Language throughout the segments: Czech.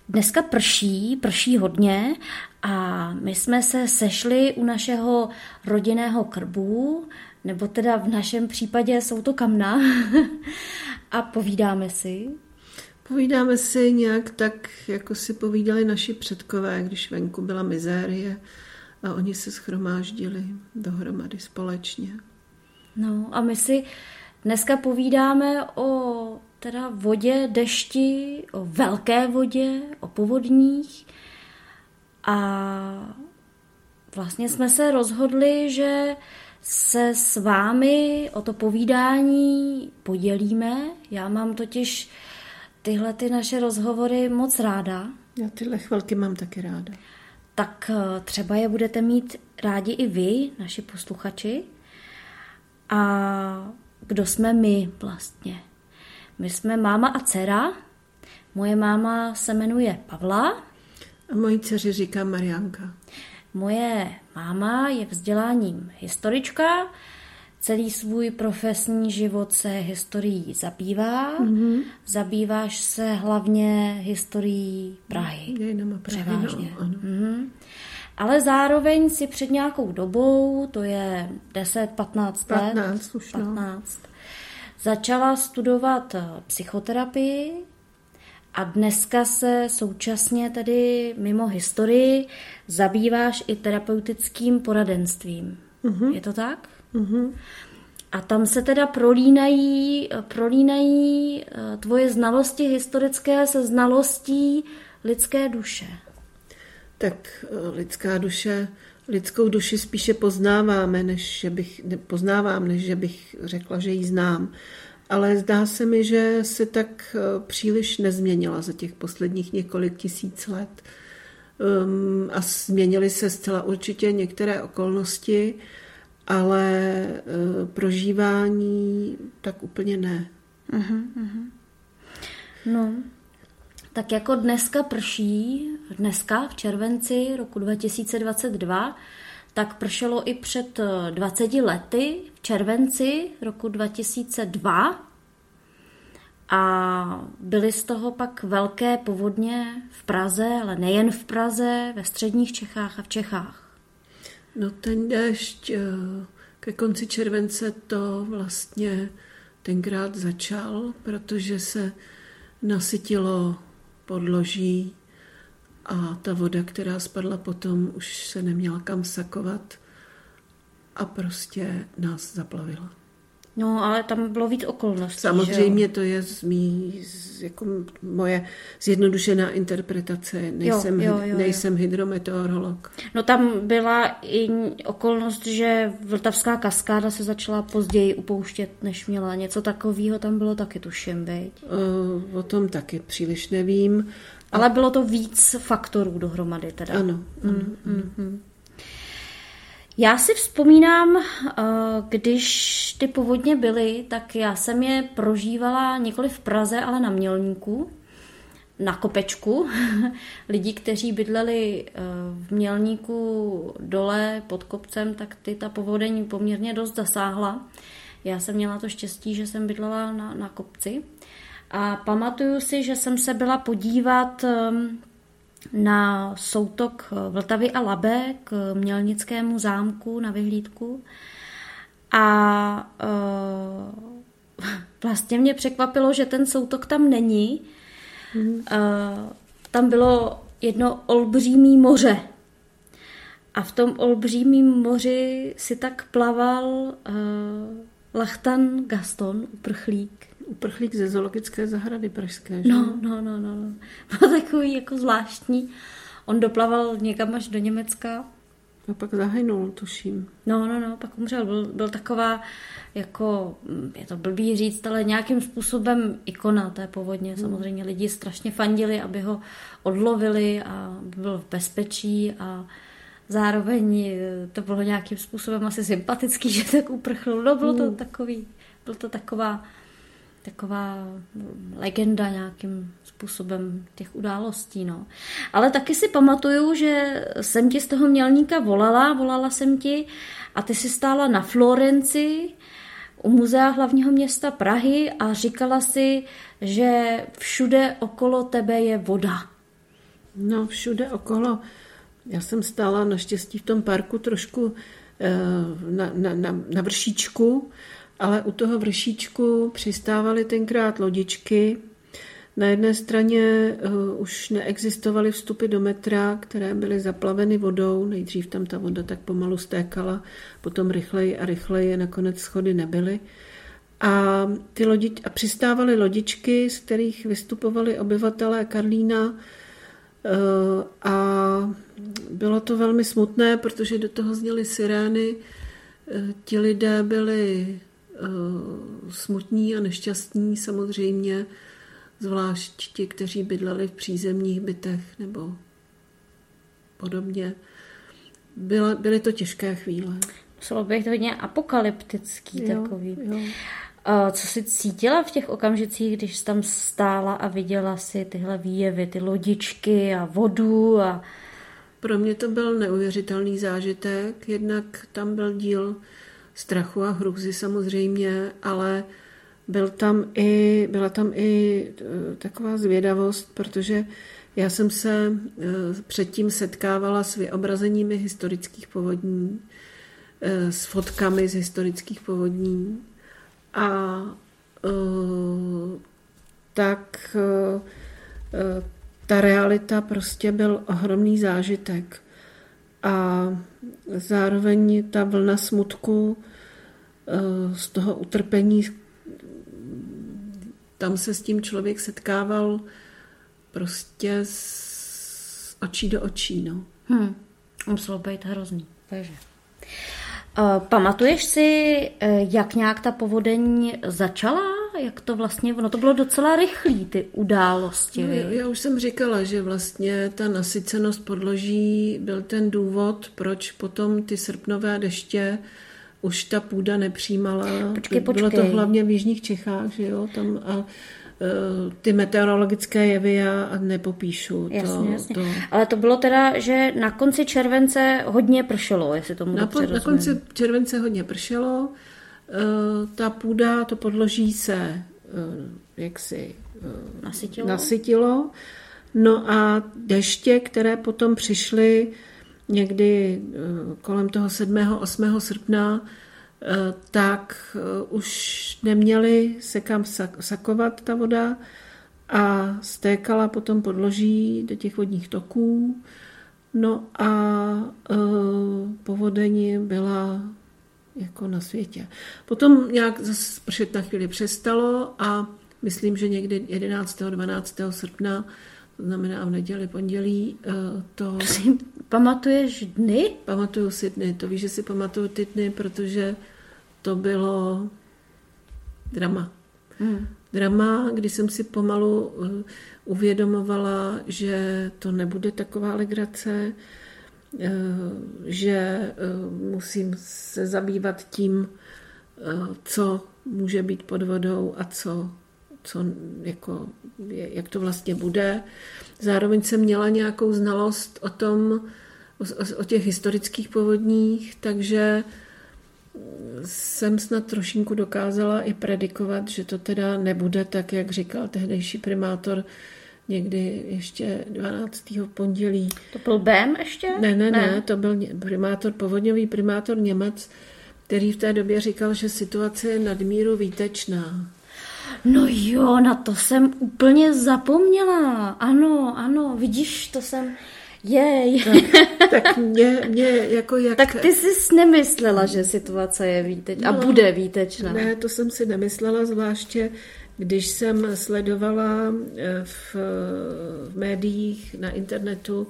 Dneska prší hodně a my jsme se sešli u našeho rodinného krbu, nebo teda v našem případě jsou to kamna a povídáme si. Povídáme si nějak tak, jako si povídali naši předkové, když venku byla mizérie a oni se shromáždili dohromady společně. No a my si dneska povídáme o teda vodě, dešti, o velké vodě, o povodních a vlastně jsme se rozhodli, že se s vámi o to povídání podělíme. Já mám totiž tyhle ty naše rozhovory moc ráda. Já tyhle chvilky mám taky ráda. Tak třeba je budete mít rádi i vy, naši posluchači. A kdo jsme my vlastně? My jsme máma a dcera. Moje máma se jmenuje Pavla. A mojí dceři říká Marianka. Moje máma je vzděláním historička. Celý svůj profesní život se historií zabývá. Mm-hmm. Zabýváš se hlavně historií Prahy. Dějinama Prahy, převážně. No, ano. Mm-hmm. Ale zároveň si před nějakou dobou, to je 10-15 let, 15 už, 15, začala studovat psychoterapii a dneska se současně tedy mimo historii zabýváš i terapeutickým poradenstvím. Mm-hmm. Je to tak? Mm-hmm. A tam se teda prolínají tvoje znalosti historické se znalostí lidské duše. Tak lidskou duši spíše poznáváme, než že bych řekla, že ji znám. Ale zdá se mi, že se tak příliš nezměnila za těch posledních několik tisíc let. A změnily se zcela určitě některé okolnosti, ale prožívání tak úplně ne. No, tak jako dneska prší, v červenci roku 2022, tak pršelo i před 20 lety v červenci roku 2002 a byly z toho pak velké povodně v Praze, ale nejen v Praze, ve středních Čechách a v Čechách. No ten déšť ke konci července to vlastně tenkrát začal, protože se nasytilo podloží a ta voda, která spadla potom, už se neměla kam sakovat a prostě nás zaplavila. No, ale tam bylo víc okolností. Samozřejmě to je jako moje zjednodušená interpretace. Nejsem hydrometeorolog. No tam byla i okolnost, že Vltavská kaskáda se začala později upouštět, než měla. Něco takového tam bylo taky, tuším, viď? O tom taky příliš nevím. Ale bylo to víc faktorů dohromady teda. Ano. Já si vzpomínám, když ty povodně byly, tak já jsem je prožívala nikoli v Praze, ale na Mělníku, na kopečku. Lidi, kteří bydleli v Mělníku dole pod kopcem, tak ta povodeň poměrně dost zasáhla. Já jsem měla to štěstí, že jsem bydlela na kopci. A pamatuju si, že jsem se byla podívat na soutok Vltavy a Labe k Mělnickému zámku na vyhlídku a vlastně mě překvapilo, že ten soutok tam není. Tam bylo jedno olbřímý moře a v tom olbřímým moři si tak plaval Lachtan Gaston, Uprchlík ze zoologické zahrady pražské, že? No. Byl takový jako zvláštní. On doplaval někam až do Německa. A pak zahynul, tuším. No, pak umřel. Byl taková, jako, je to blbý říct, ale nějakým způsobem ikona té povodně. Samozřejmě lidi strašně fandili, aby ho odlovili a byl v bezpečí a zároveň to bylo nějakým způsobem asi sympatický, že tak uprchl. No, bylo to taková legenda nějakým způsobem těch událostí. No. Ale taky si pamatuju, že jsem ti z toho Mělníka volala jsem ti a ty si stála na Florenci u muzea hlavního města Prahy a říkala si, že všude okolo tebe je voda. No, všude okolo. Já jsem stála naštěstí v tom parku trošku na vršíčku, ale u toho vršíčku přistávaly tenkrát lodičky. Na jedné straně už neexistovaly vstupy do metra, které byly zaplaveny vodou. Nejdřív tam ta voda tak pomalu stékala, potom rychleji a rychleji, nakonec schody nebyly. A přistávaly lodičky, z kterých vystupovali obyvatelé Karlína, a bylo to velmi smutné, protože do toho zněly sirény. Ti lidé byli smutní a nešťastní samozřejmě, zvlášť ti, kteří bydleli v přízemních bytech nebo podobně. Byly to těžké chvíle. Muselo být hodně apokalyptický takový. Jo. Co jsi cítila v těch okamžicích, když jsi tam stála a viděla si tyhle výjevy, ty lodičky a vodu? Pro mě to byl neuvěřitelný zážitek. Jednak tam byl díl strachu a hrůzy samozřejmě, ale byla tam i taková zvědavost, protože já jsem se předtím setkávala s vyobrazeními historických povodní, s fotkami z historických povodní. A tak ta realita prostě byl ohromný zážitek. A zároveň ta vlna smutku z toho utrpení, tam se s tím člověk setkával prostě z očí do očí. No. Muselo být hrozný. Takže. Pamatuješ si, jak nějak ta povodeň začala? Jak to vlastně, ono to bylo docela rychlý, ty události. No, já už jsem říkala, že vlastně ta nasycenost podloží byl ten důvod, proč potom ty srpnové deště už ta půda nepřijímala. Počkej. Bylo to hlavně v jižních Čechách, že jo, tam a ty meteorologické jevy já nepopíšu. Jasně. Ale to bylo teda, že na konci července hodně pršelo, jestli tomu dobře rozumím. Na konci července hodně pršelo, ta půda, to podloží se jaksi nasytilo. No a deště, které potom přišly někdy kolem toho 7. 8. srpna, tak už neměli se kam sakovat ta voda a stékala potom podloží do těch vodních toků. No a povodeň byla jako na světě. Potom nějak zase pršet na chvíli přestalo a myslím, že někdy 11. 12. srpna, to znamená v neděli, pondělí, to... Pamatuješ dny? Pamatuju si dny. To víš, že si pamatuju ty dny, protože to bylo drama. Drama, kdy jsem si pomalu uvědomovala, že to nebude taková legrace, že musím se zabývat tím, co může být pod vodou a co jako, jak to vlastně bude. Zároveň jsem měla nějakou znalost o těch historických povodních, takže jsem snad trošinku dokázala i predikovat, že to teda nebude tak, jak říkal tehdejší primátor někdy ještě 12. pondělí. To byl Bém ještě? Ne, to byl povodňový primátor Němec, který v té době říkal, že situace je nadmíru výtečná. No jo, na to jsem úplně zapomněla. Ano, vidíš, to jsem... Jej. Tak mě jako jak... Tak ty jsi nemyslela, že situace je výtečná a bude výtečná. Ne, to jsem si nemyslela, zvláště když jsem sledovala v médiích, na internetu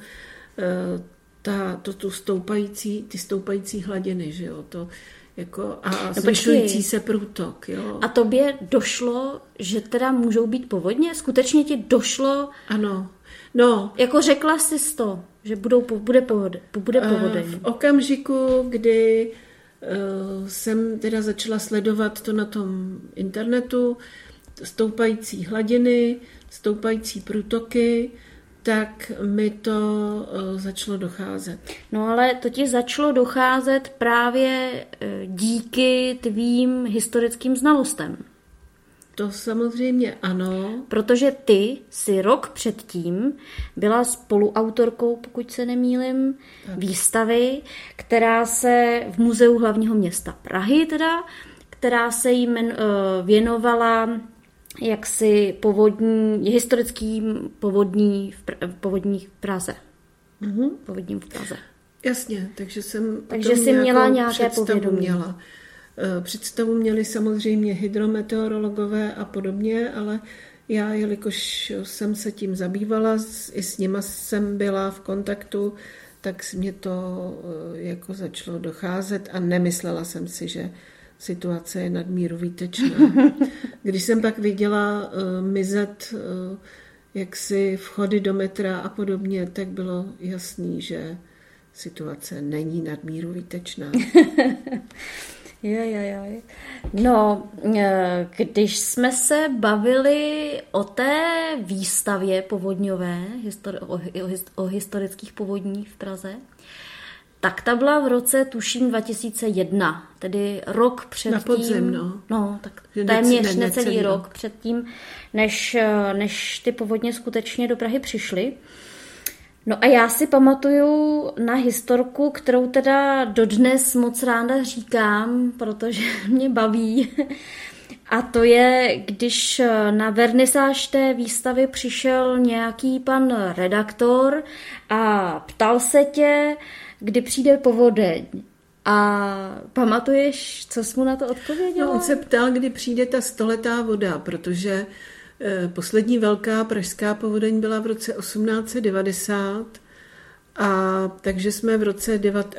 ty stoupající hladiny, že jo, to jako a zvyšující se průtok, jo. A tobě došlo, že teda můžou být povodně? Skutečně ti došlo? Ano. No. Jako řekla jsi to, že bude povodeň. V okamžiku, kdy jsem teda začala sledovat to na tom internetu, stoupající hladiny, stoupající průtoky, tak mi to začalo docházet. No ale to ti začalo docházet právě díky tvým historickým znalostem. To samozřejmě ano. Protože ty si rok předtím byla spoluautorkou, pokud se nemýlim, výstavy, která se v Muzeu hlavního města Prahy teda, která se jí věnovala jaksi historickým povodní v Praze. Mhm. Povodním v Praze. Jasně, takže jsi měla nějaké povědomí. Představu měli samozřejmě hydrometeorologové a podobně, ale já, jelikož jsem se tím zabývala, i s nima jsem byla v kontaktu, tak mě to jako začalo docházet a nemyslela jsem si, že situace je nadmíru výtečná. Když jsem pak viděla mizet jaksi vchody do metra a podobně, tak bylo jasný, že situace není nadmíru výtečná. Jo. No, když jsme se bavili o té výstavě povodňové, o historických povodních v Praze, tak ta byla v roce, tuším, 2001, tedy rok předtím. Na podzim, no. No, tak téměř necelý rok předtím, než ty povodně skutečně do Prahy přišly. No a já si pamatuju na historku, kterou teda dodnes moc ráda říkám, protože mě baví. A to je, když na vernisáž té výstavy přišel nějaký pan redaktor a ptal se tě, kdy přijde povodeň. A pamatuješ, co jsi mu na to odpověděla? No, on se ptal, kdy přijde ta stoletá voda, protože poslední velká pražská povodeň byla v roce 1890 a takže jsme v roce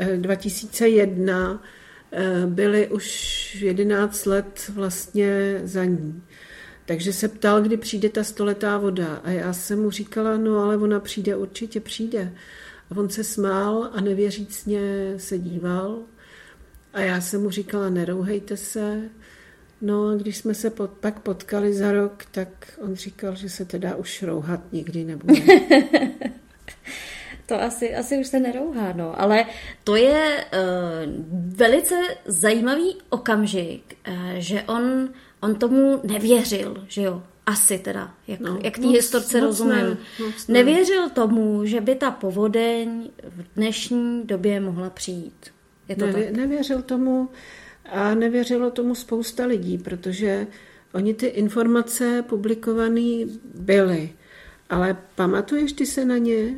2001 byli už 11 let vlastně za ní. Takže se ptal, kdy přijde ta stoletá voda a já jsem mu říkala, no ale ona přijde, určitě přijde. A on se smál a nevěřícně se díval a já jsem mu říkala, nerouhejte se. No a když jsme se pak potkali za rok, tak on říkal, že se teda už rouhat nikdy nebude. To asi už se nerouhá, no. Ale to je velice zajímavý okamžik, že on tomu nevěřil, že jo. Asi teda, jak té historce rozumím. Nevěřil tomu, že by ta povodeň v dnešní době mohla přijít. Je to tak? Nevěřil tomu a nevěřilo tomu spousta lidí, protože oni ty informace publikované byly. Ale pamatuješ ty se na ně?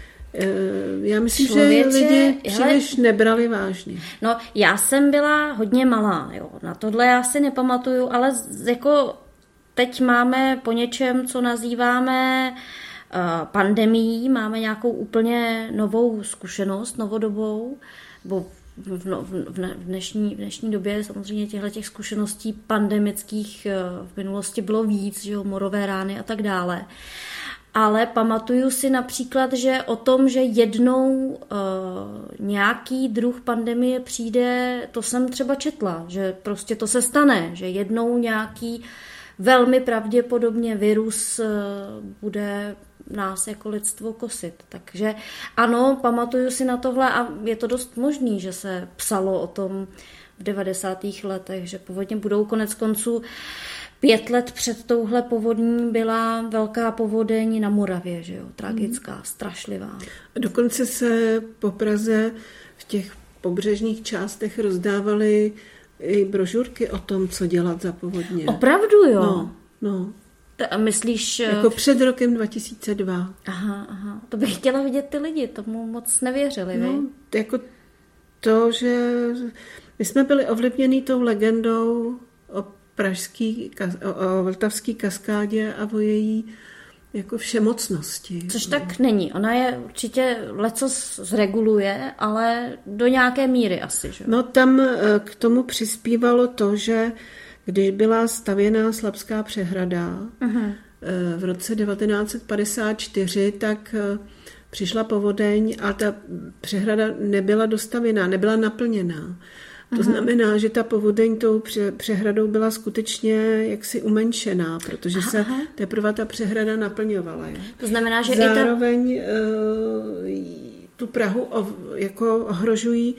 Já myslím, že lidi příliš nebrali vážně. No, já jsem byla hodně malá, jo. Na tohle já si nepamatuju, ale jako teď máme po něčem, co nazýváme pandemií, máme nějakou úplně novou zkušenost, novodobou, nebo v dnešní době samozřejmě těch zkušeností pandemických v minulosti bylo víc, že jo, morové rány a tak dále. Ale pamatuju si například, že o tom, že jednou nějaký druh pandemie přijde, to jsem třeba četla, že prostě to se stane, že jednou nějaký velmi pravděpodobně virus bude nás jako lidstvo kosit. Takže ano, pamatuju si na tohle a je to dost možný, že se psalo o tom v 90. letech, že povodně budou. Konec konců 5 let před touhle povodní byla velká povodeň na Moravě, že jo, tragická, strašlivá. Dokonce se po Praze v těch pobřežních částech rozdávaly i brožurky o tom, co dělat za povodně. Opravdu, jo? No. Myslíš... Jako před rokem 2002. Aha. To bych chtěla vidět ty lidi, tomu moc nevěřili, no, jako to, že my jsme byli ovlivněni tou legendou o o vltavský kaskádě a o její jako všemocnosti. Což tak není. Ona je určitě lecos zreguluje, ale do nějaké míry asi. Že? No tam k tomu přispívalo to, že když byla stavěná Slabská přehrada v roce 1954, tak přišla povodeň a ta přehrada nebyla dostavěná, nebyla naplněná. To znamená, že ta povodeň tou přehradou byla skutečně jaksi umenšená, protože se teprve ta přehrada naplňovala. Je. To znamená, že zároveň tu Prahu jako ohrožují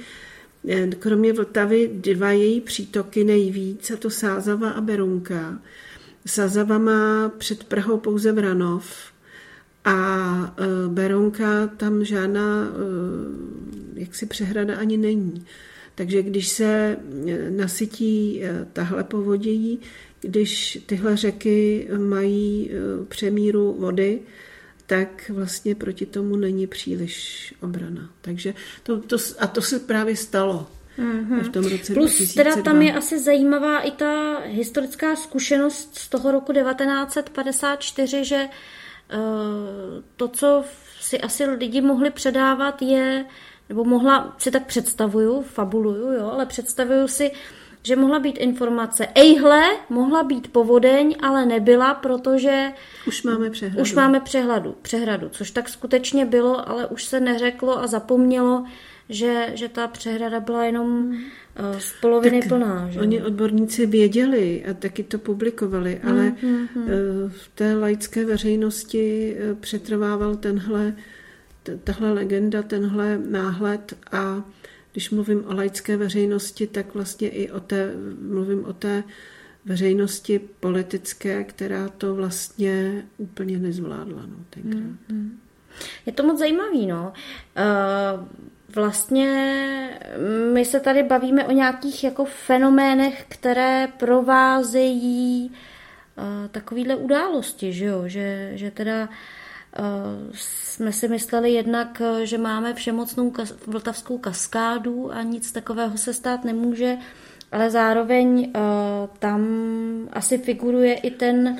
kromě Vltavy 2 její přítoky nejvíc, a to Sázava a Berounka. Sazava má před Prahou pouze Vranov a Berounka tam žádná jaksi přehrada ani není. Takže když se nasytí tahle povodí, když tyhle řeky mají přemíru vody, tak vlastně proti tomu není příliš obrana. Takže to se právě stalo v tom roce Plus 2002. teda tam je asi zajímavá i ta historická zkušenost z toho roku 1954, že to, co si asi lidi mohli předávat, je, nebo mohla, si tak představuju, fabuluju, jo, ale představuju si, že mohla být informace, mohla být povodeň, ale nebyla, protože už máme přehradu, což tak skutečně bylo, ale už se neřeklo a zapomnělo, že ta přehrada byla jenom z poloviny plná. Že? Oni odborníci věděli a taky to publikovali, ale v té laické veřejnosti přetrvával tahle legenda, tenhle náhled a když mluvím o laické veřejnosti, tak vlastně i mluvím o té veřejnosti politické, která to vlastně úplně nezvládla. No, tenkrát. Je to moc zajímavý, no. Vlastně my se tady bavíme o nějakých jako fenoménech, které provázejí takovýhle události, že jo? Že teda jsme si mysleli jednak, že máme všemocnou vltavskou kaskádu a nic takového se stát nemůže, ale zároveň tam asi figuruje i ten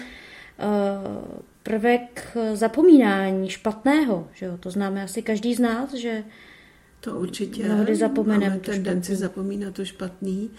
prvek zapomínání špatného, že jo? To známe asi každý z nás, že to určitě mnohdy zapomeneme. Máme tendenci zapomínat to špatný.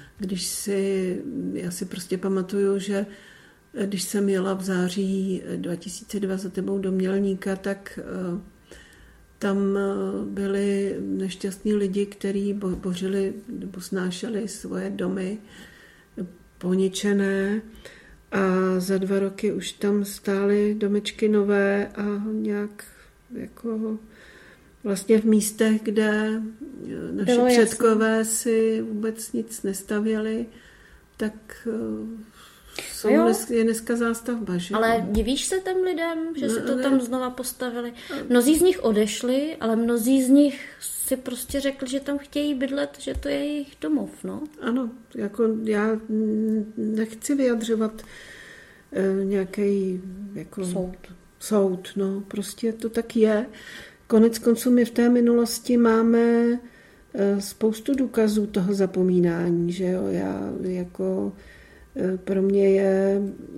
Já si prostě pamatuju, že když jsem jela v září 2002 za tebou do Mělníka, tak tam byli nešťastní lidi, kteří bořili nebo snášeli svoje domy poničené a za 2 roky už tam stály domečky nové a nějak jako vlastně v místech, kde naši předkové si vůbec nic nestavěli, tak je dneska zástavba, že? Ale divíš se těm lidem, že si to tam znova postavili? Mnozí z nich odešli, ale mnozí z nich si prostě řekli, že tam chtějí bydlet, že to je jejich domov, no? Ano, jako já nechci vyjadřovat nějaký jako soud, no, prostě to tak je. Konec konců my v té minulosti máme spoustu důkazů toho zapomínání, že jo, pro mě je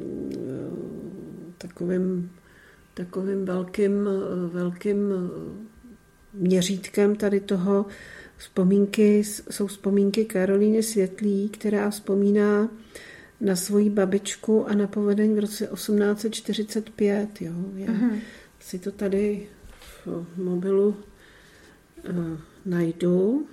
takovým velkým měřítkem tady toho jsou vzpomínky Karolíny Světlý, která vzpomíná na svoji babičku a na povodeň v roce 1845. Jo. Já si to tady v mobilu najdu.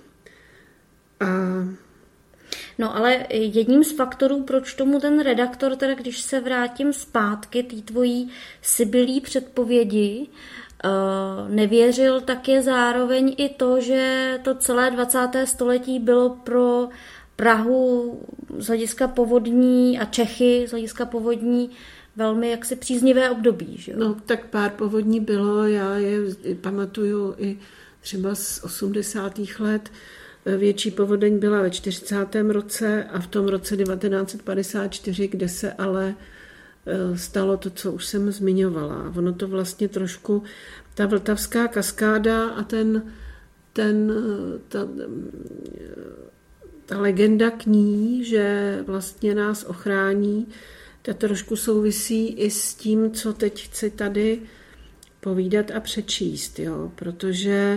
No ale jedním z faktorů, proč tomu ten redaktor, teda když se vrátím zpátky, té tvojí sibylí předpovědi, nevěřil, tak je zároveň i to, že to celé 20. století bylo pro Prahu z hlediska povodní a Čechy z hlediska povodní velmi jaksi příznivé období. Že? No tak pár povodní bylo, já je pamatuju i třeba z 80. let. Větší povodeň byla ve 40. roce a v tom roce 1954, kde se ale stalo to, co už jsem zmiňovala. Ono to vlastně trošku, ta vltavská kaskáda a ta legenda k ní, že vlastně nás ochrání, ta trošku souvisí i s tím, co teď chci tady povídat a přečíst, jo? Protože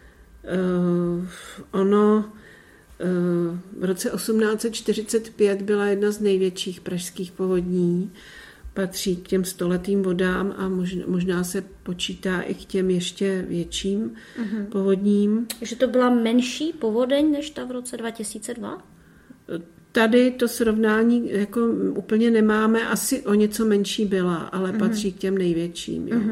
v roce 1845 byla jedna z největších pražských povodní, patří k těm stoletým vodám a možná se počítá i k těm ještě větším povodním. Takže to byla menší povodeň než ta v roce 2002? Tady to srovnání jako úplně nemáme, asi o něco menší byla, ale patří k těm největším. Jo.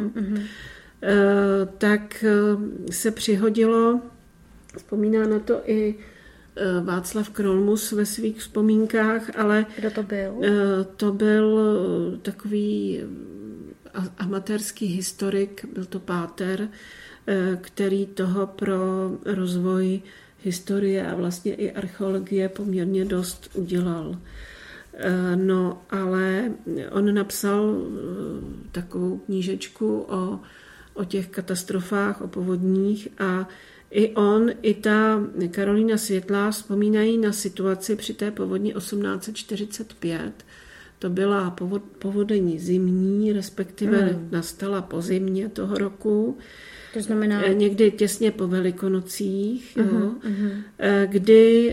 Tak se přihodilo, vzpomíná na to i Václav Krolmus ve svých vzpomínkách, ale kdo to byl? To byl takový amatérský historik, byl to páter, který toho pro rozvoj historie a vlastně i archeologie poměrně dost udělal. No, ale on napsal takovou knížečku o těch katastrofách, o povodních a i on, i ta Karolína Světlá vzpomínají na situaci při té povodni 1845. To byla povodeň zimní, respektive nastala po zimě toho roku. To znamená... Někdy těsně po Velikonocích, kdy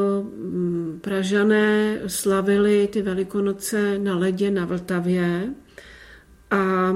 Pražané slavili ty Velikonoce na ledě na Vltavě a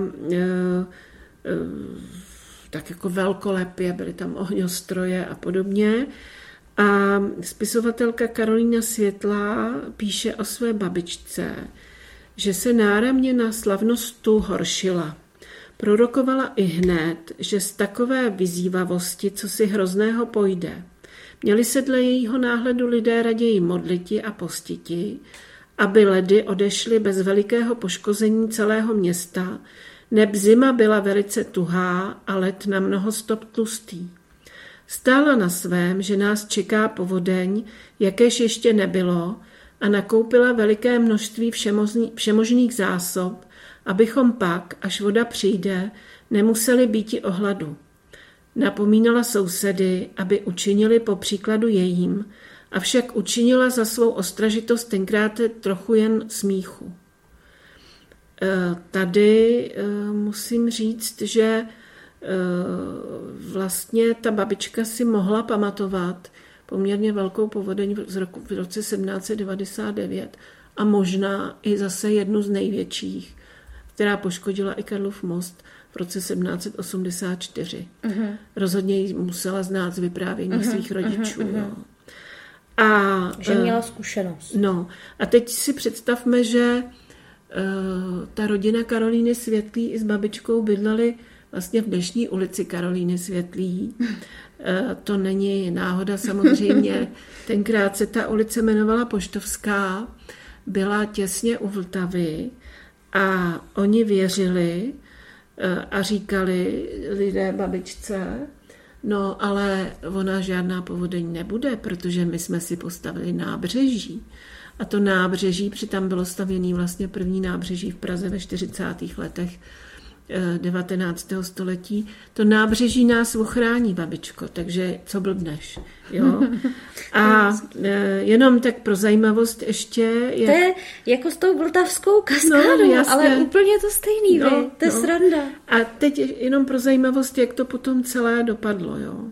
tak jako velkolepě, byly tam ohňostroje a podobně. A spisovatelka Karolína Světlá píše o své babičce, že se náramně na slavnostu horšila. Prorokovala i hned, že z takové vyzývavosti, co si hrozného pojde. Měli se dle jejího náhledu lidé raději modliti a postiti, aby ledy odešly bez velikého poškození celého města, neb zima byla velice tuhá a led na mnoho stop tlustý. Stála na svém, že nás čeká povodeň, jakéž ještě nebylo, a nakoupila veliké množství všemožných zásob, abychom pak, až voda přijde, nemuseli býti o hladu. Napomínala sousedy, aby učinili po příkladu jejím, avšak učinila za svou ostražitost tenkrát trochu jen smíchu. Tady musím říct, že vlastně ta babička si mohla pamatovat poměrně velkou povodeň v roce 1799 a možná i zase jednu z největších, která poškodila i Karlov most v roce 1784. Rozhodně ji musela znát z vyprávění svých rodičů. Jo. A, že měla zkušenost. No, a teď si představme, že ta rodina Karolíny Světlý i s babičkou bydleli vlastně v dnešní ulici Karolíny Světlý. To není náhoda samozřejmě. Tenkrát se ta ulice jmenovala Poštovská, byla těsně u Vltavy a oni věřili a říkali lidé babičce, no ale ona žádná povodeň nebude, protože my jsme si postavili nábřeží. A to nábřeží, přitom bylo stavěné vlastně první nábřeží v Praze ve 40. letech 19. století. To nábřeží nás ochrání, babičko, takže co blbneš. Jo? A jenom tak pro zajímavost ještě... To je jako s tou vltavskou kaskádou, no, ale úplně to stejný, no, to je sranda. A teď jenom pro zajímavost, jak to potom celé dopadlo. Jo?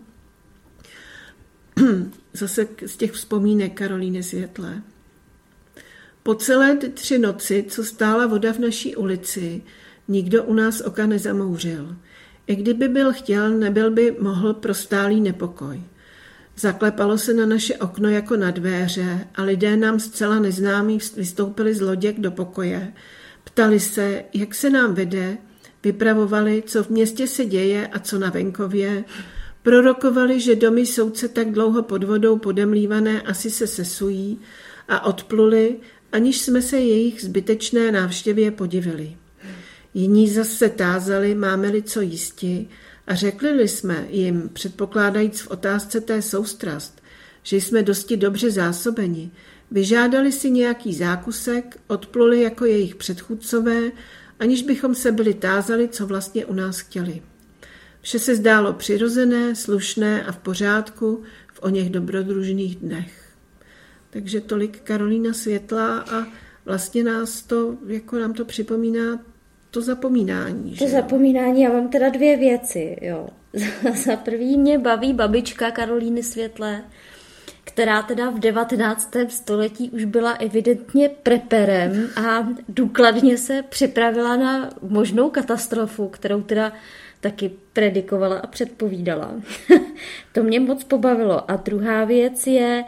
Zase z těch vzpomínek Karolíny Světlé. Po celé ty 3 noci, co stála voda v naší ulici, nikdo u nás oka nezamouřil. I kdyby byl chtěl, nebyl by mohl pro stálý nepokoj. Zaklepalo se na naše okno jako na dveře a lidé nám zcela neznámí vystoupili z loděk do pokoje. Ptali se, jak se nám vede, vypravovali, co v městě se děje a co na venkově. Prorokovali, že domy soudce tak dlouho pod vodou podemlívané asi se sesují a odpluli, aniž jsme se jejich zbytečné návštěvě podivili. Jiní zase tázali, máme-li co jísti, a řekli jsme jim, předpokládajíc v otázce té soustrast, že jsme dosti dobře zásobeni, vyžádali si nějaký zákusek, odpluli jako jejich předchůdcové, aniž bychom se byli tázali, co vlastně u nás chtěli. Vše se zdálo přirozené, slušné a v pořádku v oněch dobrodružných dnech. Takže tolik Karolína Světlá a vlastně nám to připomíná to zapomínání. To zapomínání, já mám teda 2 věci. Jo. Za prvý mě baví babička Karolíny Světlé, která teda v 19. století už byla evidentně preperem a důkladně se připravila na možnou katastrofu, kterou teda taky predikovala a předpovídala. To mě moc pobavilo. A druhá věc je,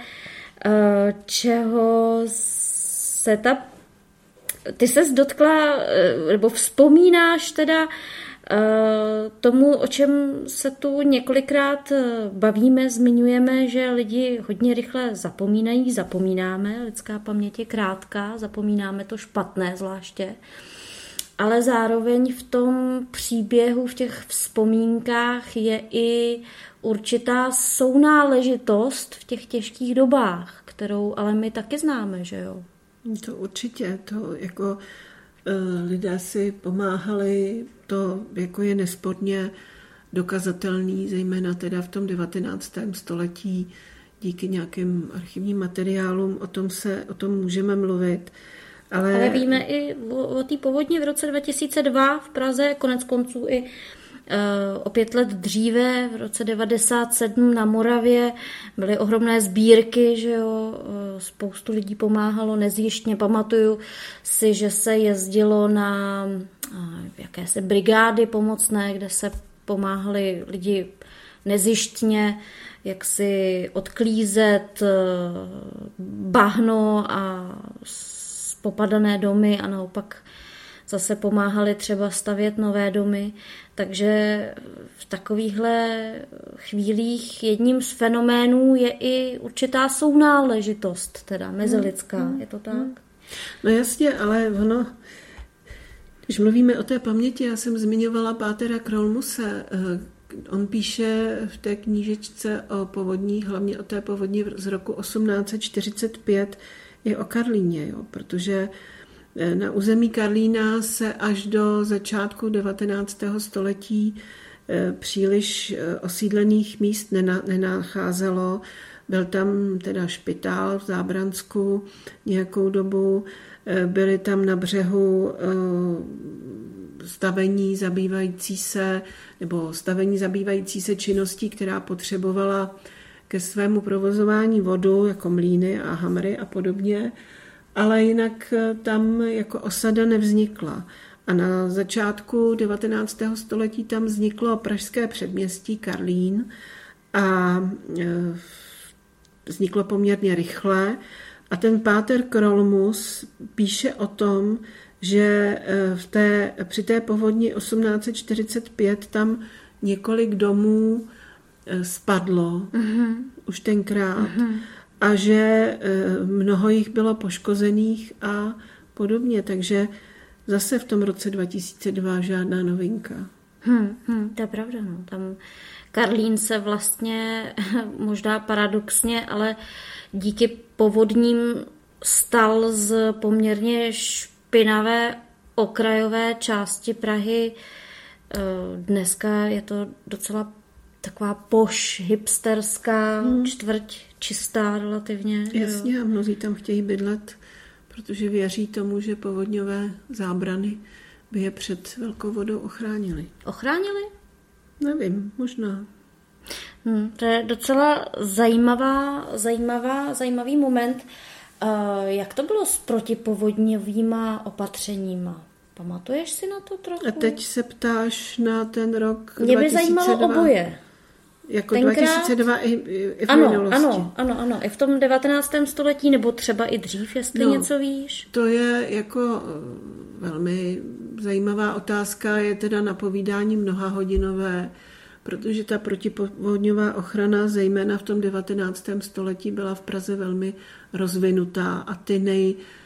čeho se ty ses dotkla, nebo vzpomínáš teda tomu, o čem se tu několikrát bavíme, zmiňujeme, že lidi hodně rychle zapomínáme, lidská paměť je krátká, zapomínáme to špatné zvláště, ale zároveň v tom příběhu, v těch vzpomínkách je i určitá sounáležitost v těch těžkých dobách, kterou ale my taky známe, že jo? To určitě, to jako lidé si pomáhali, to jako je nesporně dokazatelný, zejména teda v tom 19. století díky nějakým archivním materiálům, o tom můžeme mluvit. Ale víme i o té povodni v roce 2002 v Praze, konec konců i o 5 let dříve, v roce 1997 na Moravě, byly ohromné sbírky, že jo, spoustu lidí pomáhalo nezjištně. Pamatuju si, že se jezdilo na jakési brigády pomocné, kde se pomáhali lidi nezjištně, jak si odklízet bahno a popadané domy a naopak zase pomáhali třeba stavět nové domy. Takže v takovýchhle chvílích jedním z fenoménů je i určitá sounáležitost, teda mezilidská. Je to tak? No jasně, ale ono, když mluvíme o té paměti, já jsem zmiňovala Pátera Krolmuse. On píše v té knížečce o povodních, hlavně o té povodni z roku 1845, i o Karlíně, jo, protože na území Karlína se až do začátku 19. století příliš osídlených míst nenacházelo. Byl tam teda špitál v Zábransku nějakou dobu, byly tam na břehu stavení zabývající se činností, která potřebovala ke svému provozování vodu, jako mlýny a hamry a podobně, ale jinak tam jako osada nevznikla. A na začátku 19. století tam vzniklo pražské předměstí Karlín a vzniklo poměrně rychle. A ten Páter Krolmus píše o tom, že při té povodni 1845 tam několik domů spadlo už tenkrát a že mnoho jich bylo poškozených a podobně, takže zase v tom roce 2002 žádná novinka. To je pravda, no. Tam Karlín se vlastně možná paradoxně, ale díky povodním stal z poměrně špinavé okrajové části Prahy. Dneska je to docela taková poš, hipsterská čtvrť, čistá relativně. Jasně, a mnozí tam chtějí bydlet, protože věří tomu, že povodňové zábrany by je před velkou vodou ochránili. Ochránili? Nevím, možná. To je docela zajímavý moment. Jak to bylo s protipovodňovýma opatřeníma? Pamatuješ si na to trochu? A teď se ptáš na ten rok 2002. Mě by zajímalo oboje. Jako tenkrát... 2002 i v minulosti. Ano. I v tom 19. století, nebo třeba i dřív, jestli něco víš? To je jako velmi zajímavá otázka, je teda napovídání mnohahodinové, protože ta protipovodňová ochrana, zejména v tom 19. století, byla v Praze velmi rozvinutá a ty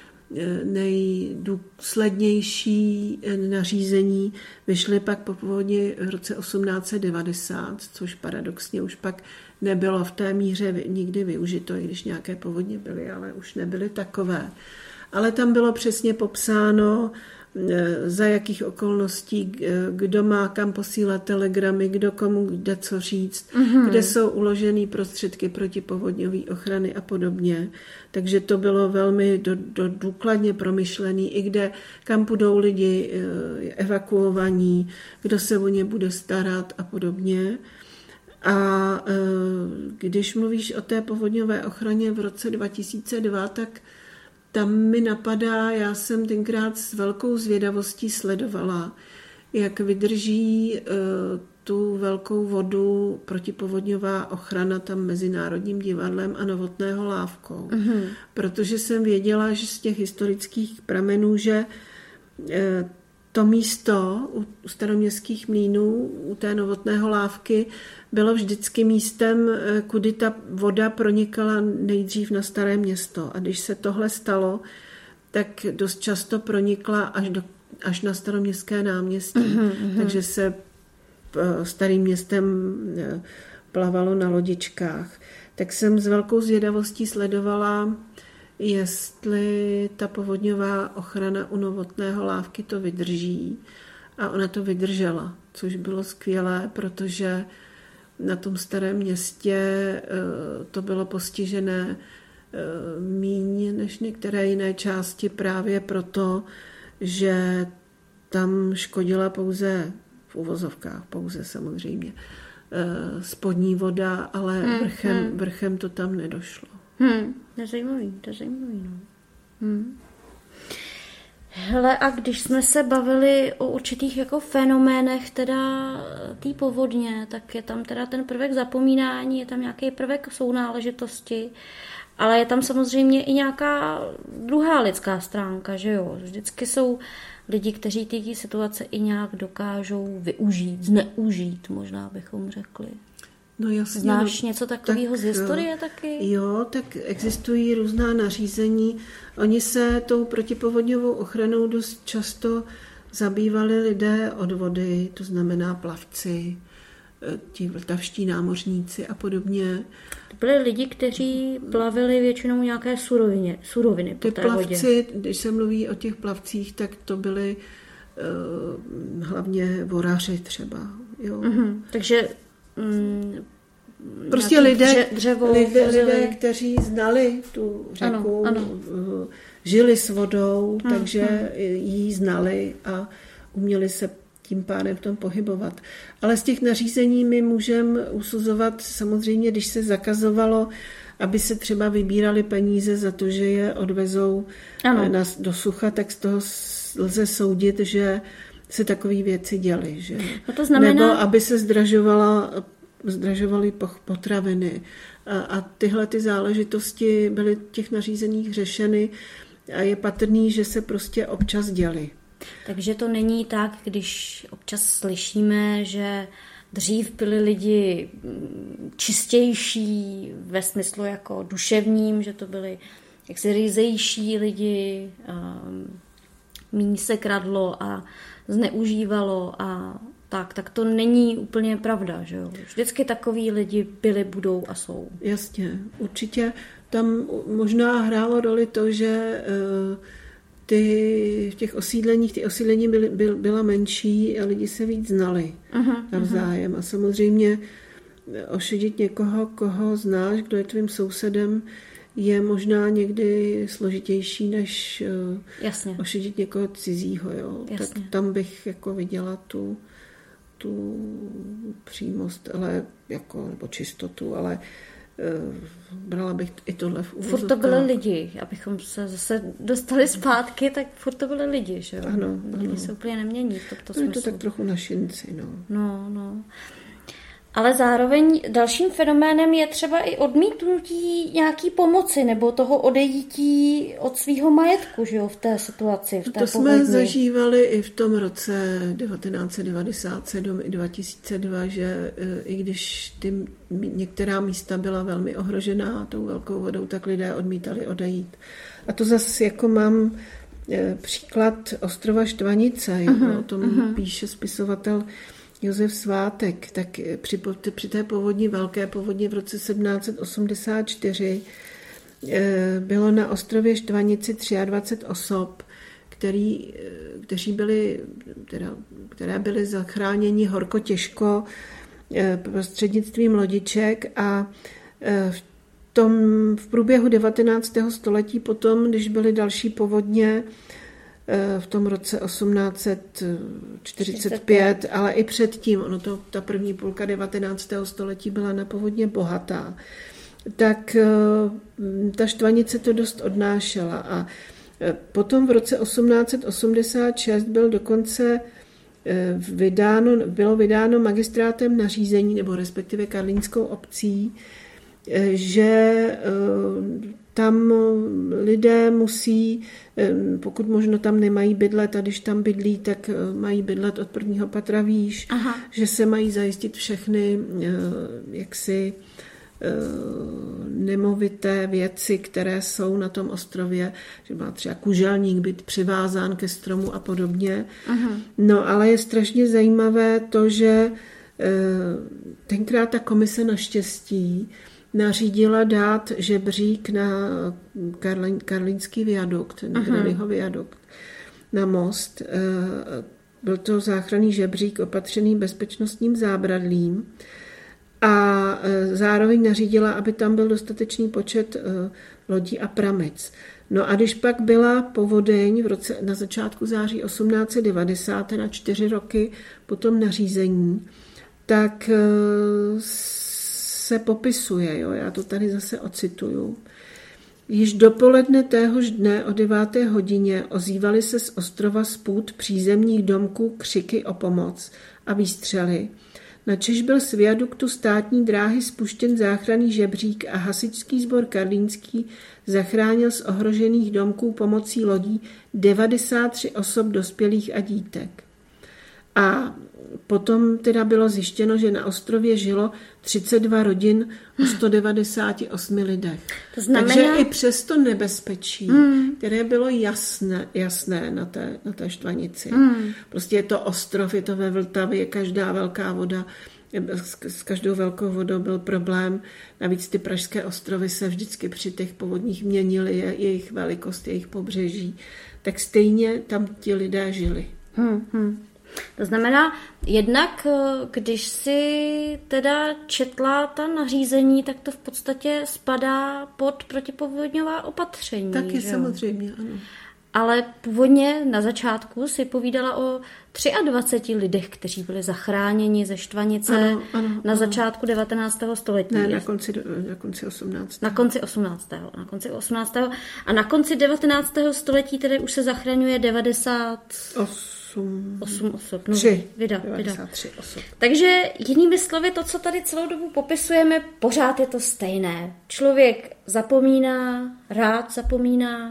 nejdůslednější nařízení vyšly pak po povodni v roce 1890, což paradoxně už pak nebylo v té míře nikdy využito, i když nějaké povodně byly, ale už nebyly takové. Ale tam bylo přesně popsáno, za jakých okolností, kdo má kam posílat telegramy, kdo komu kde co říct, kde jsou uložený prostředky protipovodňové ochrany a podobně. Takže to bylo velmi důkladně promyšlený, i kam budou lidi evakuovaní, kdo se o ně bude starat a podobně. A když mluvíš o té povodňové ochraně v roce 2002, tak tam mi napadá, já jsem tenkrát s velkou zvědavostí sledovala, jak vydrží tu velkou vodu protipovodňová ochrana tam mezi Národním divadlem a Novotného lávkou. Protože jsem věděla, že z těch historických pramenů, že to místo u Staroměstských mlýnů, u té Novotného lávky, bylo vždycky místem, kudy ta voda pronikala nejdřív na Staré Město. A když se tohle stalo, tak dost často pronikla až na Staroměstské náměstí. Takže se Starým městem plavalo na lodičkách. Tak jsem s velkou zvědavostí sledovala, jestli ta povodňová ochrana u Novotného lávky to vydrží. A ona to vydržela, což bylo skvělé, protože na tom Starém městě to bylo postižené míň než některé jiné části právě proto, že tam škodila pouze, v uvozovkách pouze samozřejmě, spodní voda, ale vrchem to tam nedošlo. To je zajímavý. No. Hele, a když jsme se bavili o určitých jako fenoménech teda té povodně, tak je tam teda ten prvek zapomínání, je tam nějaký prvek sounáležitosti, ale je tam samozřejmě i nějaká druhá lidská stránka, že jo? Vždycky jsou lidi, kteří ty situace i nějak dokážou využít, zneužít, možná bychom řekli. No jasně, znáš něco takového z historie taky? Jo, tak existují různá nařízení. Oni se tou protipovodňovou ochranou dost často zabývali lidé od vody, to znamená plavci, ti vltavští námořníci a podobně. To byli lidi, kteří plavili většinou nějaké suroviny po té vodě. Plavci, když se mluví o těch plavcích, tak to byli hlavně voraři třeba. Jo. Takže prostě lidé, kteří znali tu řeku, žili s vodou, takže ji znali a uměli se tím pádem v tom pohybovat. Ale z těch nařízení my můžeme usuzovat samozřejmě, když se zakazovalo, aby se třeba vybírali peníze za to, že je odvezou do sucha, tak z toho lze soudit, že se takové věci děly. Že? No to znamená... Nebo aby se zdražovaly potraviny. A tyhle ty záležitosti byly v těch nařízeních řešeny a je patrný, že se prostě občas děly. Takže to není tak, když občas slyšíme, že dřív byli lidi čistější ve smyslu jako duševním, že to byli jaksi ryzejší lidi, míň se kradlo a zneužívalo a tak to není úplně pravda, že jo? Vždycky takový lidi byli, budou a jsou. Jasně, určitě tam možná hrálo roli to, že v těch osídleních, ty osídlení byla menší a lidi se víc znali navzájem. A samozřejmě ošidit někoho, koho znáš, kdo je tvým sousedem, je možná někdy složitější, než ošidit někoho cizího. Jo. Tak tam bych jako viděla tu přímost, ale jako, nebo čistotu, ale brala bych i tohle v úvozovkách. Furt to byly lidi, abychom se zase dostali zpátky, tak furt to byly lidi, že jo? Ano. Lidi se úplně nemění v tomto smyslu. Je to tak trochu našinci, No. Ale zároveň dalším fenoménem je třeba i odmítnutí nějaký pomoci nebo toho odejítí od svého majetku, že jo, v té situaci, v té To jsme zažívali i v tom roce 1997 i 2002, že i když některá místa byla velmi ohrožená tou velkou vodou, tak lidé odmítali odejít. A to zase jako mám příklad ostrova Štvanice, o tom píše spisovatel Josef Svátek, tak při té povodni, velké povodni v roce 1784 bylo na ostrově Štvanici 23 osob, které byly zachráněni horko těžko prostřednictvím lodiček a v průběhu 19. století potom, když byly další povodně, v tom roce 1845, ale i předtím, ta první půlka 19. století byla na povodně bohatá, tak ta Štvanice to dost odnášela a potom v roce 1886 bylo dokonce vydáno magistrátem nařízení, nebo respektive karlínskou obcí, že tam lidé musí, pokud možno tam nemají bydlet, a když tam bydlí, tak mají bydlet od prvního patra výš, že se mají zajistit všechny jaksi nemovité věci, které jsou na tom ostrově, že má třeba kuželník být přivázán ke stromu a podobně. No, ale je strašně zajímavé to, že tenkrát ta komise naštěstí nařídila dát žebřík na Karlínský viadukt, Negrelliho viadukt, na most. Byl to záchranný žebřík opatřený bezpečnostním zábradlím a zároveň nařídila, aby tam byl dostatečný počet lodí a pramic. No a když pak byla povodeň na začátku září 1890, na 4 roky po tom nařízení, tak se popisuje, jo, já to tady zase ocituju. Již dopoledne téhož dne o 9. hodině ozývaly se z ostrova z půd přízemních domků křiky o pomoc a výstřely. Načež byl z viaduktu státní dráhy spuštěn záchranný žebřík a hasičský sbor karlínský zachránil z ohrožených domků pomocí lodí 93 osob dospělých a dítek. A potom teda bylo zjištěno, že na ostrově žilo 32 rodin o 198 lidech. To znamená... Takže i přes to nebezpečí, které bylo jasné na té Štvanici. Prostě je to ostrov, je to ve Vltavě, je každá velká voda, s každou velkou vodou byl problém. Navíc ty pražské ostrovy se vždycky při těch povodních měnily, jejich velikost, jejich pobřeží. Tak stejně tam ti lidé žili. To znamená, jednak, když si teda četla ta nařízení, tak to v podstatě spadá pod protipovodňová opatření. Taky samozřejmě, ano. Ale původně na začátku si povídala o 23 lidech, kteří byli zachráněni ze Štvanice na začátku 19. století. Ne, na konci 18. Na konci 18. A na konci 19. století tedy už se zachraňuje 98 osob. 93 osob. Takže jinými slovy, to, co tady celou dobu popisujeme, pořád je to stejné. Člověk zapomíná, rád zapomíná,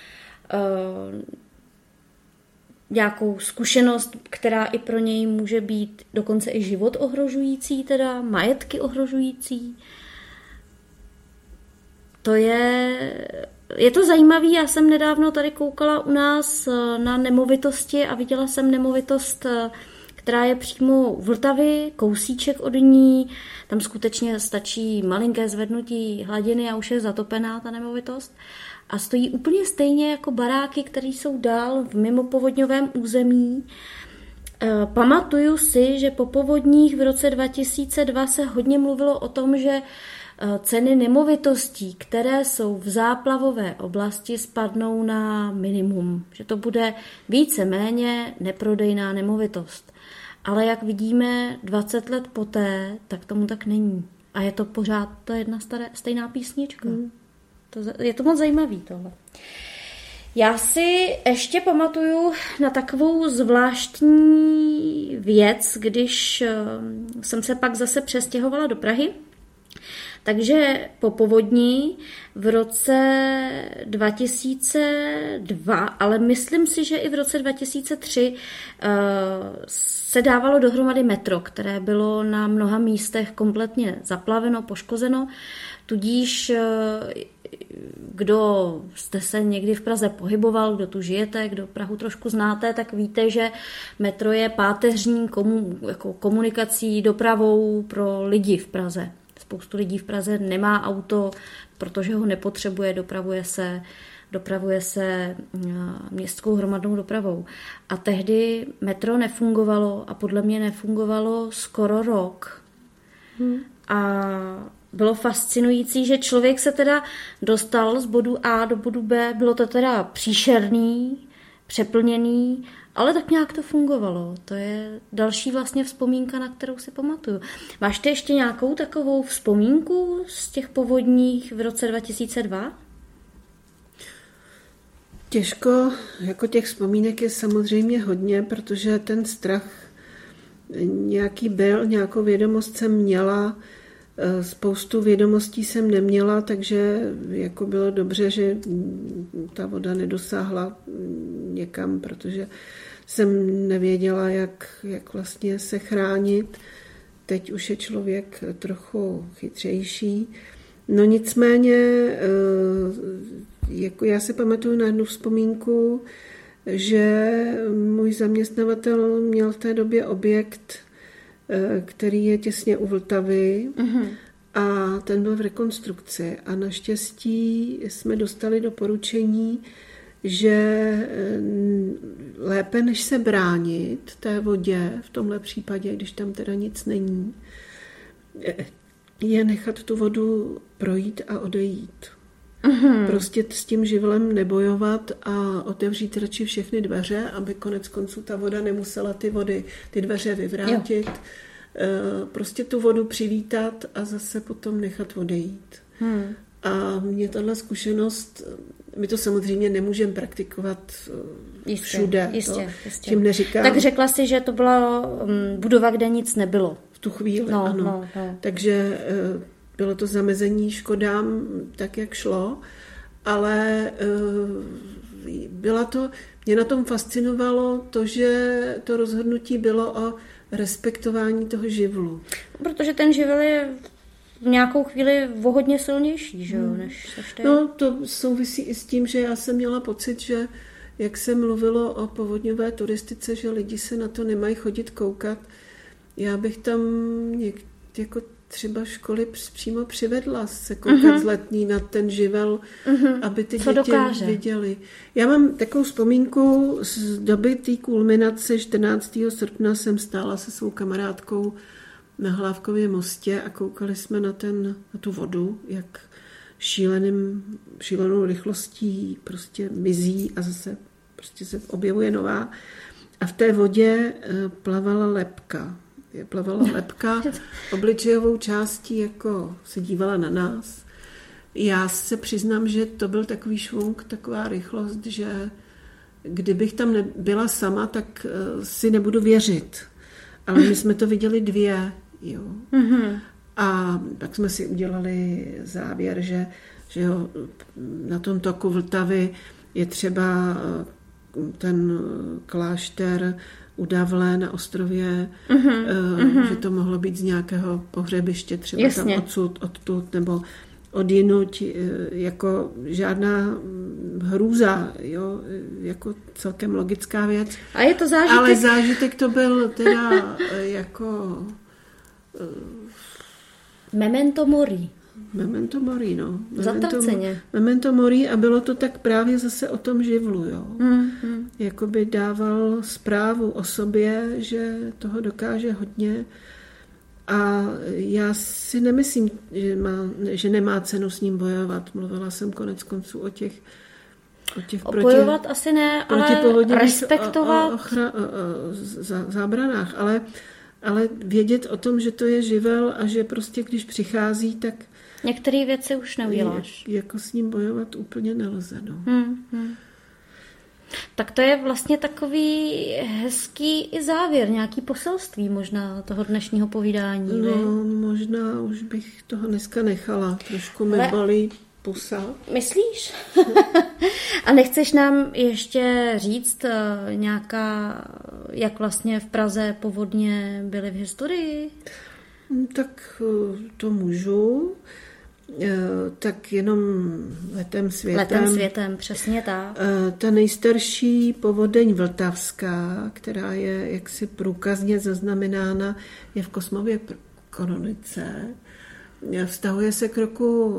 nějakou zkušenost, která i pro něj může být dokonce i život ohrožující, teda majetky ohrožující. Je to zajímavé, já jsem nedávno tady koukala u nás na nemovitosti a viděla jsem nemovitost, která je přímo v Vltavě, kousíček od ní, tam skutečně stačí malinké zvednutí hladiny a už je zatopená ta nemovitost. A stojí úplně stejně jako baráky, které jsou dál v mimopovodňovém území. Pamatuju si, že po povodních v roce 2002 se hodně mluvilo o tom, že ceny nemovitostí, které jsou v záplavové oblasti, spadnou na minimum. Že to bude víceméně neprodejná nemovitost. Ale jak vidíme 20 let poté, tak tomu tak není. A je to pořád ta jedna stejná písnička. Je to moc zajímavý tohle. Já si ještě pamatuju na takovou zvláštní věc, když jsem se pak zase přestěhovala do Prahy. Takže po povodní v roce 2002, ale myslím si, že i v roce 2003 se dávalo dohromady metro, které bylo na mnoha místech kompletně zaplaveno, poškozeno. Tudíž kdo jste se někdy v Praze pohyboval, kdo tu žijete, kdo Prahu trošku znáte, tak víte, že metro je páteřní komunikací, dopravou pro lidi v Praze. Spoustu lidí v Praze nemá auto, protože ho nepotřebuje, dopravuje se městskou hromadnou dopravou. A tehdy metro nefungovalo a podle mě nefungovalo skoro rok. A bylo fascinující, že člověk se teda dostal z bodu A do bodu B, bylo to teda příšerný, přeplněný, ale tak nějak to fungovalo. To je další vlastně vzpomínka, na kterou si pamatuju. Máte ještě nějakou takovou vzpomínku z těch povodních v roce 2002? Těžko, jako těch vzpomínek je samozřejmě hodně, protože ten strach nějaký byl, nějakou vědomost jsem měla. Spoustu vědomostí jsem neměla, takže jako bylo dobře, že ta voda nedosáhla někam, protože jsem nevěděla, jak vlastně se chránit. Teď už je člověk trochu chytřejší. No nicméně, jako já si pamatuju na jednu vzpomínku, že můj zaměstnavatel měl v té době objekt, který je těsně u Vltavy, a ten byl v rekonstrukci. A naštěstí jsme dostali doporučení, že lépe než se bránit té vodě, v tomhle případě, když tam teda nic není, je nechat tu vodu projít a odejít. Prostě s tím živlem nebojovat a otevřít radši všechny dveře, aby konec konců ta voda nemusela ty dveře vyvrátit. Prostě tu vodu přivítat a zase potom nechat odejít. A mě tahle zkušenost, my to samozřejmě nemůžeme praktikovat všude. Jistě. Tím neříkám. Tak řekla jsi, že to byla budova, kde nic nebylo. V tu chvíli, ano. No. Takže bylo to zamezení škodám tak, jak šlo, ale mě na tom fascinovalo to, že to rozhodnutí bylo o respektování toho živlu. Protože ten živl je v nějakou chvíli hodně silnější, že jo, než ty. No, to souvisí i s tím, že já jsem měla pocit, že jak se mluvilo o povodňové turistice, že lidi se na to nemají chodit koukat. Já bych tam jako třeba školy přímo přivedla se koukat z Letní na ten živel, aby ty děti viděli. Já mám takovou vzpomínku z doby té kulminace 14. srpna jsem stála se svou kamarádkou na Hlávkově mostě a koukali jsme na tu vodu, jak šílenou rychlostí prostě mizí a zase prostě se objevuje nová. A v té vodě plavala lebka. Obličejovou částí jako se dívala na nás. Já se přiznám, že to byl takový švung, taková rychlost, že kdybych tam nebyla sama, tak si nebudu věřit. Ale my jsme to viděli dvě, jo. A tak jsme si udělali závěr, že jo, na tom toku Vltavy je třeba ten klášter u Davle na ostrově, že to mohlo být z nějakého pohřebiště, třeba jasně. Tam odtud, nebo odjinuť, jako žádná hrůza, jo, jako celkem logická věc. A je to zážitek? Ale zážitek to byl teda jako... Memento mori. Memento mori, no. Zatraceně. Memento mori a bylo to tak právě zase o tom živlu, jo. Jakoby dával zprávu o sobě, že toho dokáže hodně a já si nemyslím, že nemá cenu s ním bojovat. Mluvila jsem konec konců o těch bojovat asi ne, ale respektovat. Zábranách, ale vědět o tom, že to je živel a že prostě když přichází, tak některé věci už neuděláš. Jako s ním bojovat úplně nelze. No. Tak to je vlastně takový hezký i závěr, nějaký poselství možná toho dnešního povídání. No, možná už bych toho dneska nechala. Trošku mi bolí pusa. Myslíš? A nechceš nám ještě říct nějaká, jak vlastně v Praze povodně byly v historii? Tak to můžu. Tak jenom letem světem. Letem světem, přesně tak. Ta nejstarší povodeň vltavská, která je jaksi průkazně zaznamenána, je v Kosmově kronice. Vztahuje se k roku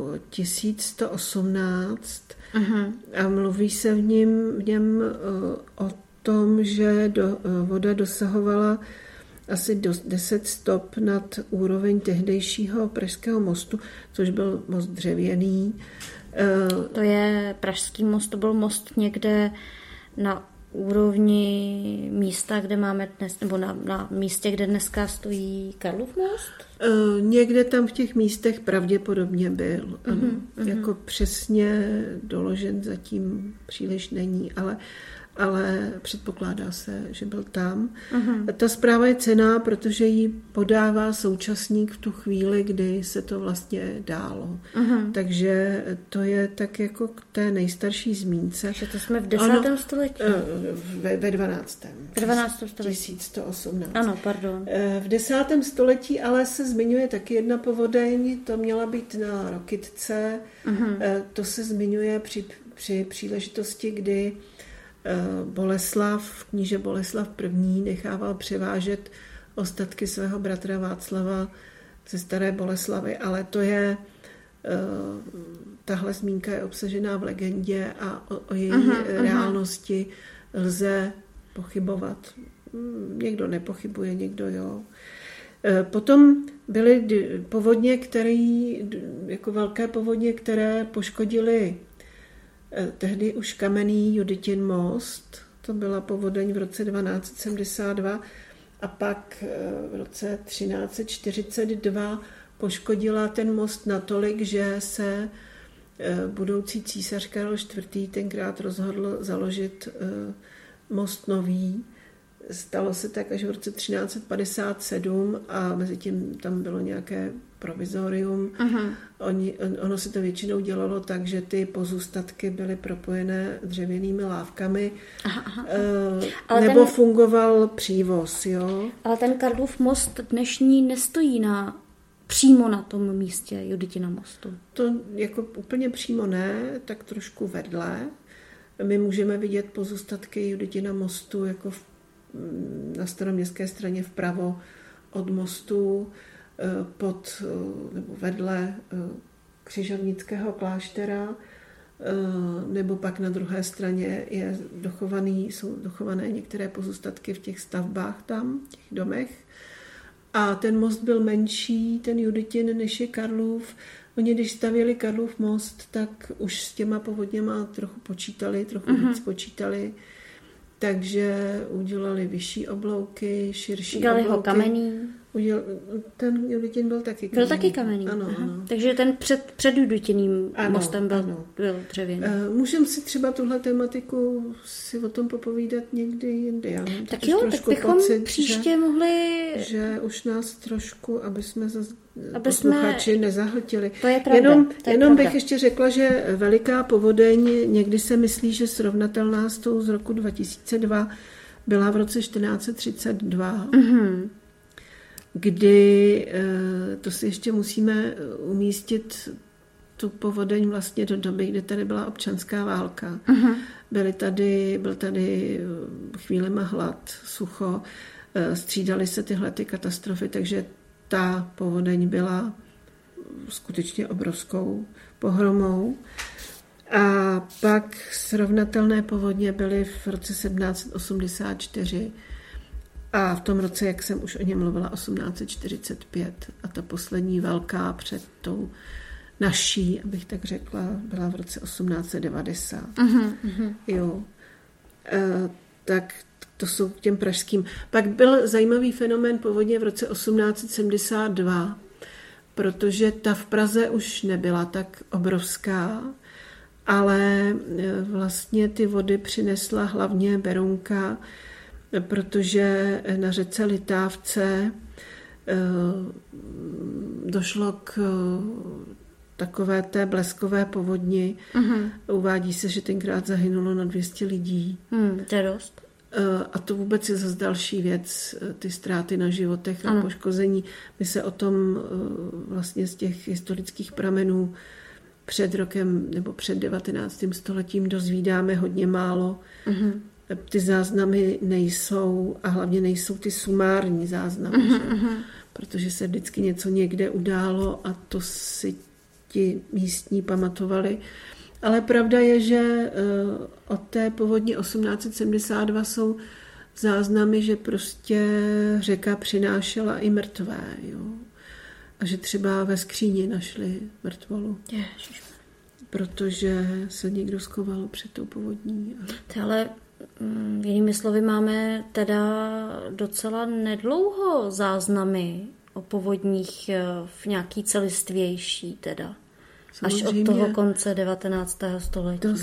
1118 a mluví se v něm o tom, že voda dosahovala asi 10 stop nad úroveň tehdejšího Pražského mostu, což byl most dřevěný. To je Pražský most, to byl most někde na úrovni místa, kde máme dnes, nebo na místě, kde dneska stojí Karlův most? Někde tam v těch místech pravděpodobně byl. Jako přesně doložen zatím příliš není, ale předpokládá se, že byl tam. Ta zpráva je cenná, protože ji podává současník v tu chvíli, kdy se to vlastně dálo. Takže to je tak jako k té nejstarší zmínce. Že to jsme v 10. století? Ve 12. V 12. století. 1118. Ano, pardon. V 10. století ale se zmiňuje taky jedna povodeň, to měla být na Rokytce. To se zmiňuje při příležitosti, kdy kníže Boleslav I. nechával převážet ostatky svého bratra Václava ze Staré Boleslavy, ale to je, tahle zmínka je obsažená v legendě a o její reálnosti lze pochybovat. Někdo nepochybuje, někdo jo. Potom byly povodně, jako velké povodně, které poškodily tehdy už kamenný Juditin most. To byla povodeň v roce 1272 a pak v roce 1342 poškodila ten most natolik, že se budoucí císař Karel IV. Tenkrát rozhodl založit most nový. Stalo se tak až v roce 1357 a mezi tím tam bylo nějaké provizorium. Ono se to většinou dělalo tak, že ty pozůstatky byly propojené dřevěnými lávkami, nebo fungoval přívoz. Jo? Ale ten Karlův most dnešní nestojí přímo na tom místě Juditina mostu. To jako úplně přímo ne, tak trošku vedle. My můžeme vidět pozůstatky Juditina mostu jako na staroměstské straně vpravo od mostu nebo vedle křižovnického kláštera, nebo pak na druhé straně jsou dochované některé pozůstatky v těch stavbách tam, v těch domech. A ten most byl menší, ten Juditin, než je Karlův. Oni, když stavěli Karlův most, tak už s těma povodněma trochu víc počítali. Takže udělali vyšší oblouky, širší Dělali oblouky. Ho kamenný. Ten Juditin byl taky kamenný. Byl taky kamenný. Ano. Takže ten před Juditiným mostem byl dřevěný. Můžeme si třeba tuhle tematiku si o tom popovídat někdy jindy. Já mám tak jo, tak bychom příště mohli... Že už nás trošku, aby jsme posluchači nezahltili. To je pravda. Jenom bych ještě řekla, že veliká povodeň, někdy se myslí, že srovnatelná s tou z roku 2002, byla v roce 1432. Kdy, to si ještě musíme umístit tu povodeň vlastně do doby, kdy tady byla občanská válka. Byl tady chvílema hlad, sucho, střídaly se tyhle ty katastrofy, takže ta povodeň byla skutečně obrovskou pohromou. A pak srovnatelné povodně byly v roce 1784 a v tom roce, jak jsem už o něm mluvila, 1845. A ta poslední velká před tou naší, abych tak řekla, byla v roce 1890. Jo. Tak to jsou k těm pražským. Pak byl zajímavý fenomén povodně v roce 1872, protože ta v Praze už nebyla tak obrovská, ale vlastně ty vody přinesla hlavně Berounka, protože na řece Litávce došlo k takové té bleskové povodni. Uvádí se, že tenkrát zahynulo na 200 lidí. To je dost. A to vůbec je zase další věc, ty ztráty na životech a poškození. My se o tom vlastně z těch historických pramenů před rokem nebo před 19. stoletím dozvídáme hodně málo. Ty záznamy nejsou a hlavně nejsou ty sumární záznamy, protože se vždycky něco někde událo a to si ti místní pamatovali. Ale pravda je, že od té povodně 1872 jsou záznamy, že prostě řeka přinášela i mrtvé. Jo? A že třeba ve skříni našli mrtvolu. Protože se někdo schoval před tou povodní. Ale jinými slovy máme teda docela nedlouho záznamy o povodních v nějaký celistvější teda. Samozřejmě, až od toho konce 19. století. To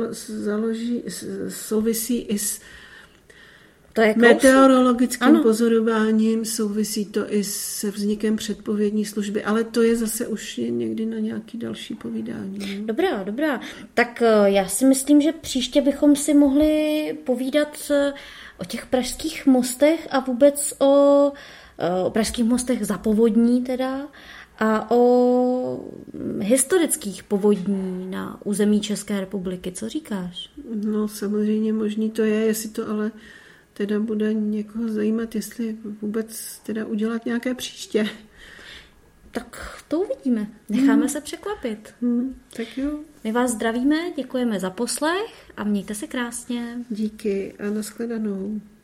souvisí i s To meteorologickým pozorováním, souvisí to i se vznikem předpovědní služby, ale to je zase už někdy na nějaký další povídání. Dobrá. Tak já si myslím, že příště bychom si mohli povídat o těch pražských mostech a vůbec o pražských mostech za povodní teda a o historických povodní na území České republiky. Co říkáš? No samozřejmě možný to je, jestli to ale teda bude někoho zajímat, jestli vůbec teda udělat nějaké příště. Tak to uvidíme. Necháme se překvapit. Tak jo. My vás zdravíme, děkujeme za poslech a mějte se krásně. Díky a nashledanou.